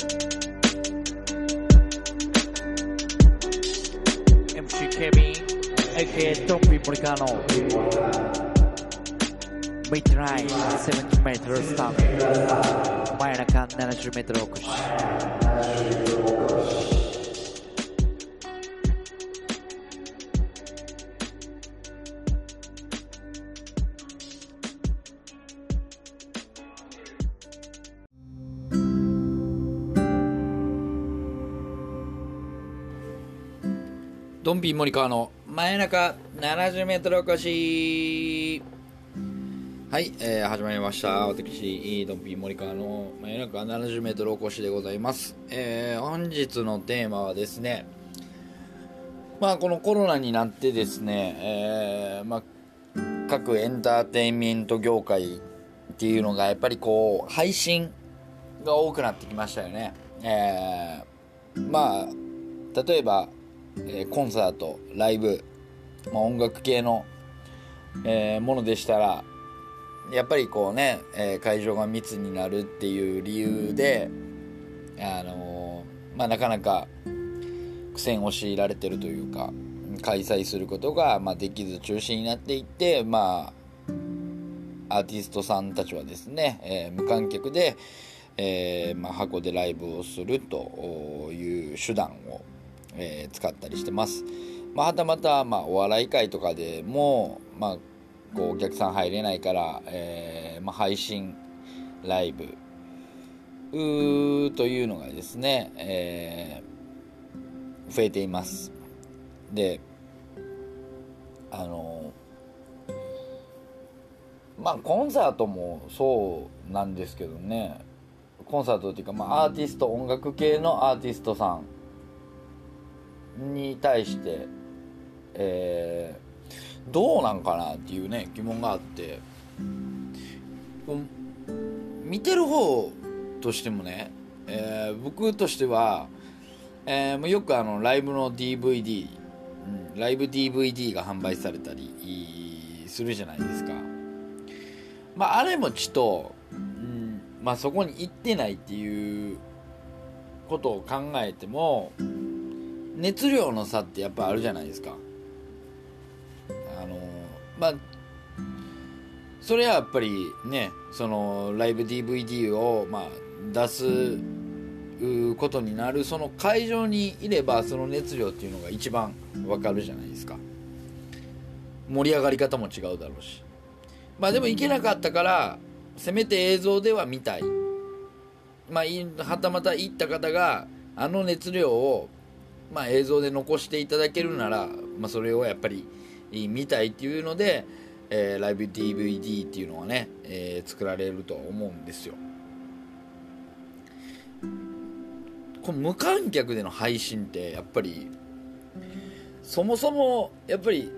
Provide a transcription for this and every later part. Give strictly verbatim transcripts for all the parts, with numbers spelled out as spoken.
エムシー ケビン エーケー トンビモリカーのミッドナイト セブンティーメートル スタート、真夜中 ななじゅうメートル おこし。 ドンビー森川の真夜中ななじゅうメートルおこし。はい、えー、始まりました。私ドンビー森川の真夜中ななじゅうメートルおこしでございます。えー、本日のテーマはですね、まあこのコロナになってですね、えー、まあ各エンターテインメント業界っていうのがやっぱりこう配信が多くなってきましたよね。えー、まあ例えばえー、コンサート、ライブ、まあ、音楽系の、えー、ものでしたらやっぱりこうね、えー、会場が密になるっていう理由で、あのーまあ、なかなか苦戦を強いられてるというか、開催することが、まあ、できず中止になっていって、まあ、アーティストさんたちはですね、えー、無観客で、えーまあ、箱でライブをするという手段をえー、使ったりしてます。まあ、はたまた、まあ、お笑い界とかでも、まあ、こうお客さん入れないから、えーまあ、配信ライブうーというのがですね、えー、増えています。で、あのまあコンサートもそうなんですけどね、コンサートっていうか、まあ、アーティスト音楽系のアーティストさんに対して、えー、どうなんかなっていうね疑問があって、見てる方としてもね、えー、僕としては、えー、よくあのライブの ディーブイディー、うん、ライブ ディーブイディー が販売されたりするじゃないですか。まああれもちと、うん、まあそこに行ってないっていうことを考えても熱量の差ってやっぱあるじゃないですか。あのまあそれはやっぱりね、そのライブ ディーブイディー をまあ出すことになるその会場にいればその熱量っていうのが一番わかるじゃないですか。盛り上がり方も違うだろうし、まあでも行けなかったからせめて映像では見たい、まあはたまた行った方があの熱量をまあ、映像で残していただけるなら、まあ、それをやっぱり見たいっていうので、えー、ライブ ディーブイディー っていうのはね、えー、作られると思うんですよ。この無観客での配信ってやっぱりそもそもやっぱり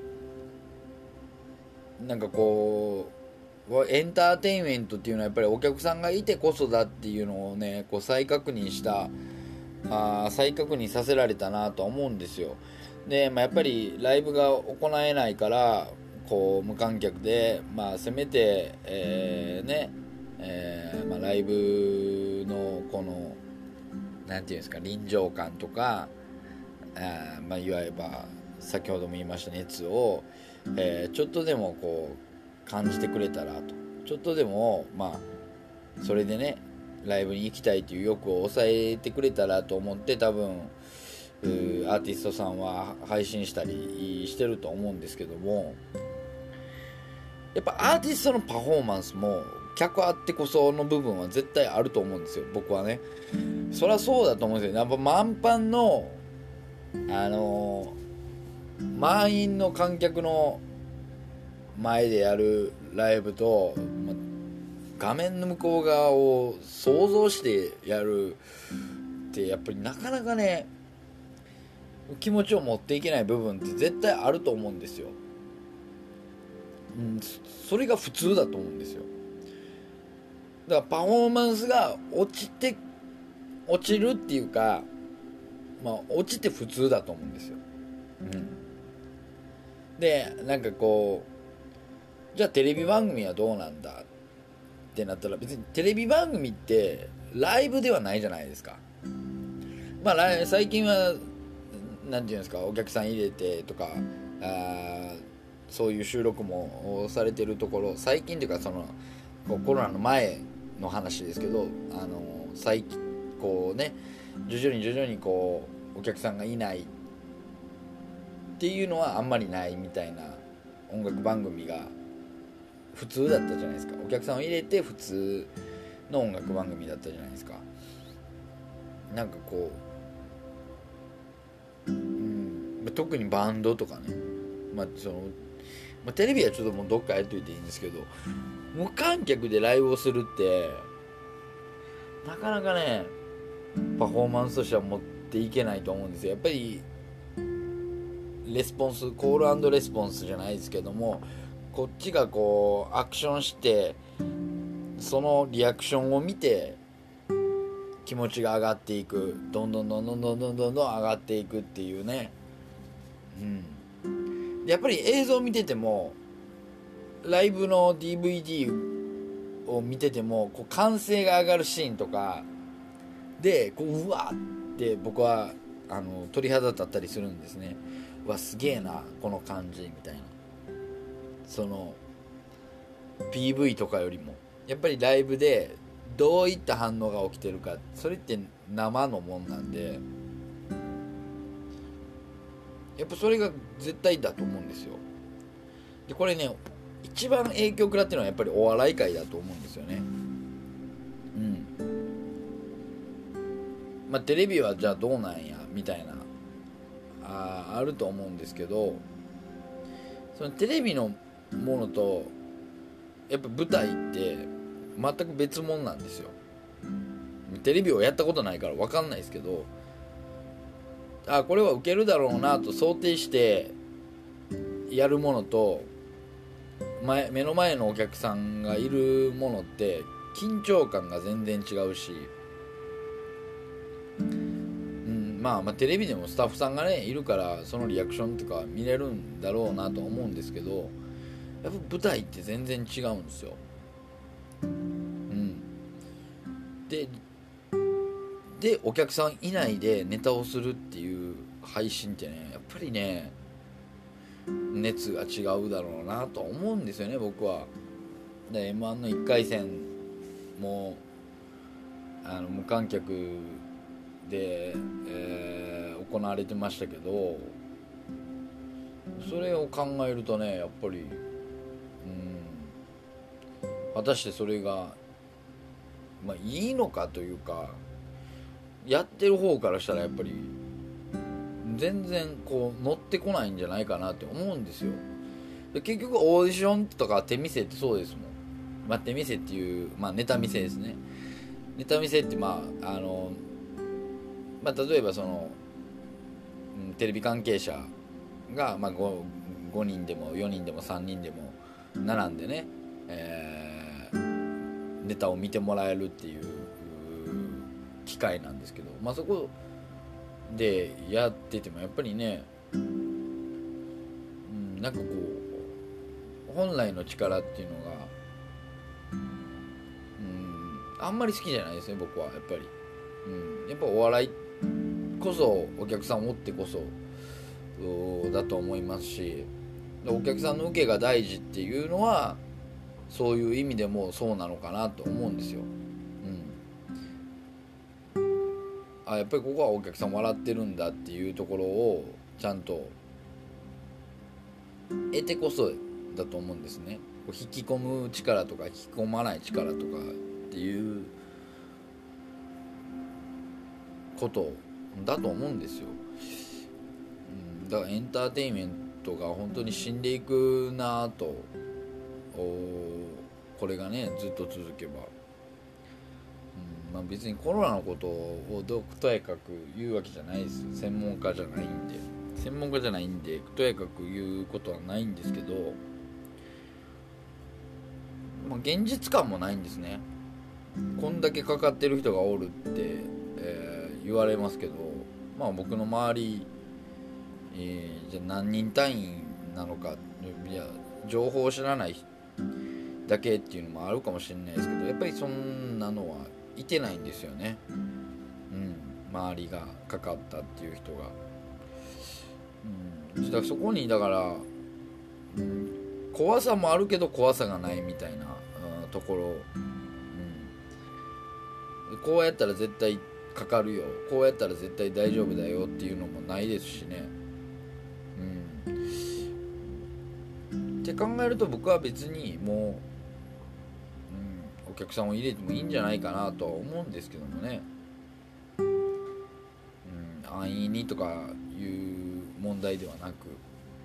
なんかこうエンターテインメントっていうのはやっぱりお客さんがいてこそだっていうのをねこう再確認したあ再確認させられたなとは思うんですよ。で、まあ、やっぱりライブが行えないからこう無観客で、まあ、せめて、えー、ね、えーまあ、ライブのこのなんていうんですか臨場感とか、あまあ、いわば先ほども言いました熱を、えー、ちょっとでもこう感じてくれたらと、ちょっとでもまあそれでねライブに行きたいという欲を抑えてくれたらと思って多分アーティストさんは配信したりしてると思うんですけども、やっぱアーティストのパフォーマンスも客あってこその部分は絶対あると思うんですよ。僕はねそりゃそうだと思うんですよ。やっぱ満帆のあのー、満員の観客の前でやるライブと、ま画面の向こう側を想像してやるってやっぱりなかなかね気持ちを持っていけない部分って絶対あると思うんですよ、うん、それが普通だと思うんですよ。だからパフォーマンスが落ちて落ちるっていうか、まあ落ちて普通だと思うんですよ、うん、でなんかこうじゃあテレビ番組はどうなんだってなったら別にテレビ番組ってライブではないじゃないですか。 まあ来最近はなんていうんですか、お客さん入れてとかあそういう収録もされてるところ、最近というかそのコロナの前の話ですけど、あの最近こうね徐々に徐々にこうお客さんがいないっていうのはあんまりないみたいな音楽番組が普通だったじゃないですか。お客さんを入れて普通の音楽番組だったじゃないですか。なんかこう、うん、特にバンドとかね、まあそのまあ、テレビはちょっともうどっかやっといていいんですけど、無観客でライブをするってなかなかねパフォーマンスとしては持っていけないと思うんですよ。やっぱりレスポンスコール&レスポンスじゃないですけども、こっちがこうアクションしてそのリアクションを見て気持ちが上がっていく、どんどんどんどんどんどんどんどん上がっていくっていうね、うん、やっぱり映像見ててもライブの ディーブイディー を見ててもこう歓声が上がるシーンとかでこううわーって僕はあの鳥肌立ったりするんですね。うわすげえなこの感じみたいな。その ピーブイ とかよりもやっぱりライブでどういった反応が起きてるか、それって生のもんなんで、やっぱそれが絶対だと思うんですよ。でこれね一番影響を食らってるのはやっぱりお笑い界だと思うんですよね。うんまあテレビはじゃあどうなんやみたいなあ, あると思うんですけど、そのテレビのものとやっぱ舞台って全く別物なんですよ。テレビをやったことないから分かんないですけど、あこれはウケるだろうなと想定してやるものと、前目の前のお客さんがいるものって緊張感が全然違うし、うん、まあまあテレビでもスタッフさんがねいるからそのリアクションとか見れるんだろうなと思うんですけど、やっぱ舞台って全然違うんですよ。うんででお客さんいないでネタをするっていう配信ってねやっぱりね熱が違うだろうなと思うんですよね僕は。で エムワン のいっかい戦もあの無観客で、えー行われてましたけど、それを考えるとねやっぱり、うん、果たしてそれが、まあ、いいのかというか、やってる方からしたらやっぱり全然こう乗ってこないんじゃないかなって思うんですよ。で結局オーディションとか手見せってそうですもん。まあ、手見せっていう、まあ、ネタ見せですね。ネタ見せってまああの、まあ、例えばその、うん、テレビ関係者が、まあ、5, ごにんでもよにんでもさんにんでも並んでね、えー、ネタを見てもらえるっていう機会なんですけど、まあ、そこでやっててもやっぱりね、うん、なんかこう本来の力っていうのが、うん、あんまり好きじゃないですね僕はやっぱり、うん、やっぱお笑いこそお客さんを持ってこそだと思いますし、お客さんの受けが大事っていうのはそういう意味でもそうなのかなと思うんですよ。あやっぱりここはお客さん笑ってるんだっていうところをちゃんと得てこそだと思うんですね。引き込む力とか引き込まない力とかっていうことだと思うんですよ、うん、だからエンターテインメントが本当に死んでいくなと、これがねずっと続けば、まあ、別にコロナのことをどうとやかく言うわけじゃないです。専門家じゃないんで専門家じゃないんでとやかく言うことはないんですけど、まあ、現実感もないんですね。こんだけかかってる人がおるって、えー、言われますけど、まあ僕の周り、えー、じゃあ何人単位なのか、いや情報を知らないだけっていうのもあるかもしれないですけど、やっぱりそんなのはいてないんですよね。うん、 周りがかかったっていう人が、うん、だからそこにだから、うん、怖さもあるけど怖さがないみたいな、うん、ところ、うん、こうやったら絶対かかるよ、こうやったら絶対大丈夫だよっていうのもないですしね、うん、って考えると僕は別にもう、うん、お客さんを入れてもいいんじゃないかなとは思うんですけどもね、うん、安易にとかいう問題ではなく、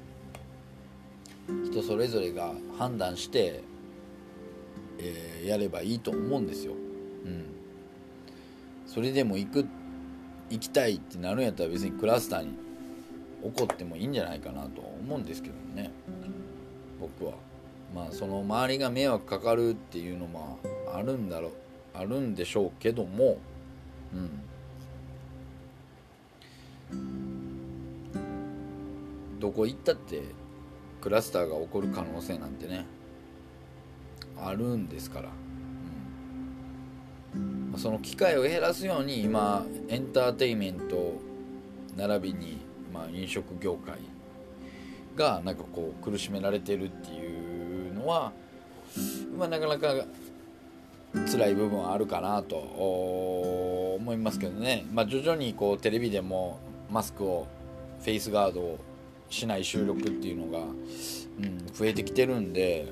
人それぞれが判断して、えー、やればいいと思うんですよ、うん、それでも行く行きたいってなるんやったら別にクラスターに起こってもいいんじゃないかなと思うんですけどね、僕は。まあその周りが迷惑かかるっていうのもあるんだろうあるんでしょうけども、うん、どこ行ったってクラスターが起こる可能性なんてねあるんですから、うん、その機会を減らすように今エンターテインメント並びに、まあ、飲食業界がなんかこう苦しめられてるっていうのは、まあ、なかなか辛い部分はあるかなと思いますけどね、まあ、徐々にこうテレビでもマスクをフェイスガードをしない収録っていうのが、うん、増えてきてるんで、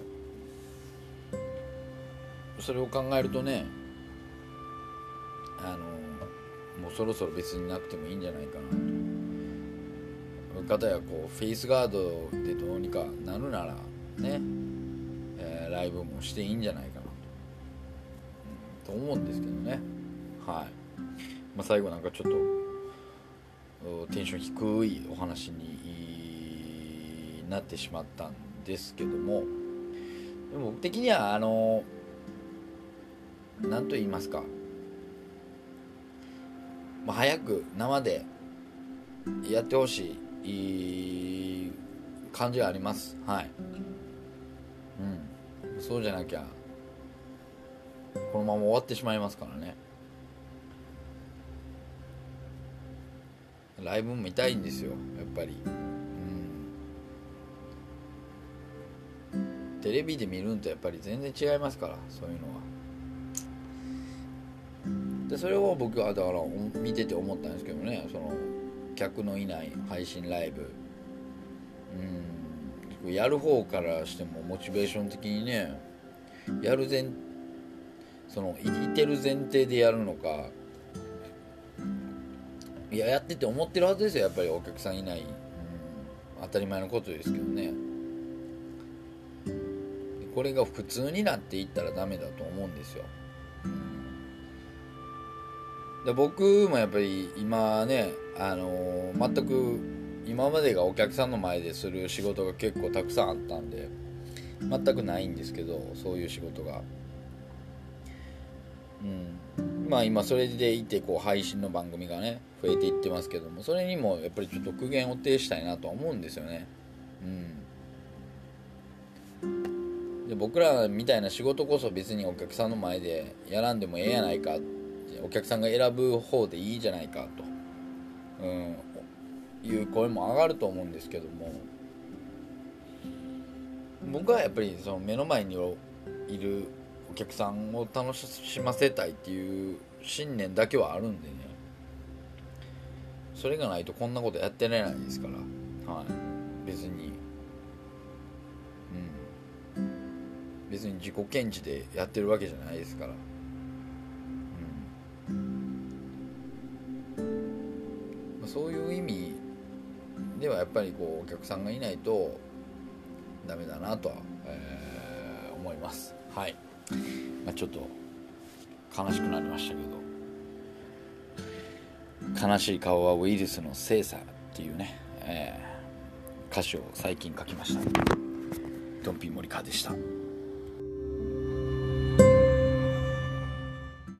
それを考えるとね、あのもうそろそろ別になくてもいいんじゃないかなと。かたやこうフェイスガードでどうにかなるならね、えー、ライブもしていいんじゃないかなと、うん、と思うんですけどね。はい、まあ、最後なんかちょっとテンション低いお話になってしまったんですけども、でも僕的にはあの何と言いますか、まあ、早く生でやってほしい感じはあります。はい、うん、そうじゃなきゃこのまま終わってしまいますからね。ライブも見たいんですよ、やっぱり、うん、テレビで見るんとやっぱり全然違いますから、そういうのは。でそれを僕はだから見てて思ったんですけどね、その客のいない配信ライブ、うん、やる方からしてもモチベーション的にね、やる前そのいてる前提でやるのか、いややってて思ってるはずですよ、やっぱりお客さんいない、うん、当たり前のことですけどね。これが普通になっていったらダメだと思うんですよ。で僕もやっぱり今ね、あのー、全く今までがお客さんの前でする仕事が結構たくさんあったんで全くないんですけど、そういう仕事が、うん、まあ今それでいてこう配信の番組がね増えていってますけども、それにもやっぱりちょっと苦言を呈したいなとは思うんですよね。うん、で僕らみたいな仕事こそ別にお客さんの前でやらんでもええやないか、お客さんが選ぶ方でいいじゃないかと、うん、いう声も上がると思うんですけども、僕はやっぱりその目の前にいるお客さんを楽しませたいっていう信念だけはあるんでね、それがないとこんなことやってられないですから、はい、別に、うん、別に自己顕示でやってるわけじゃないですから、そういう意味ではやっぱりこうお客さんがいないとダメだなとは、えー、思います。はい、まあ、ちょっと悲しくなりましたけど、悲しい顔はウイルスの精査っていうね、えー、歌詞を最近書きました。ドンピー森川でした。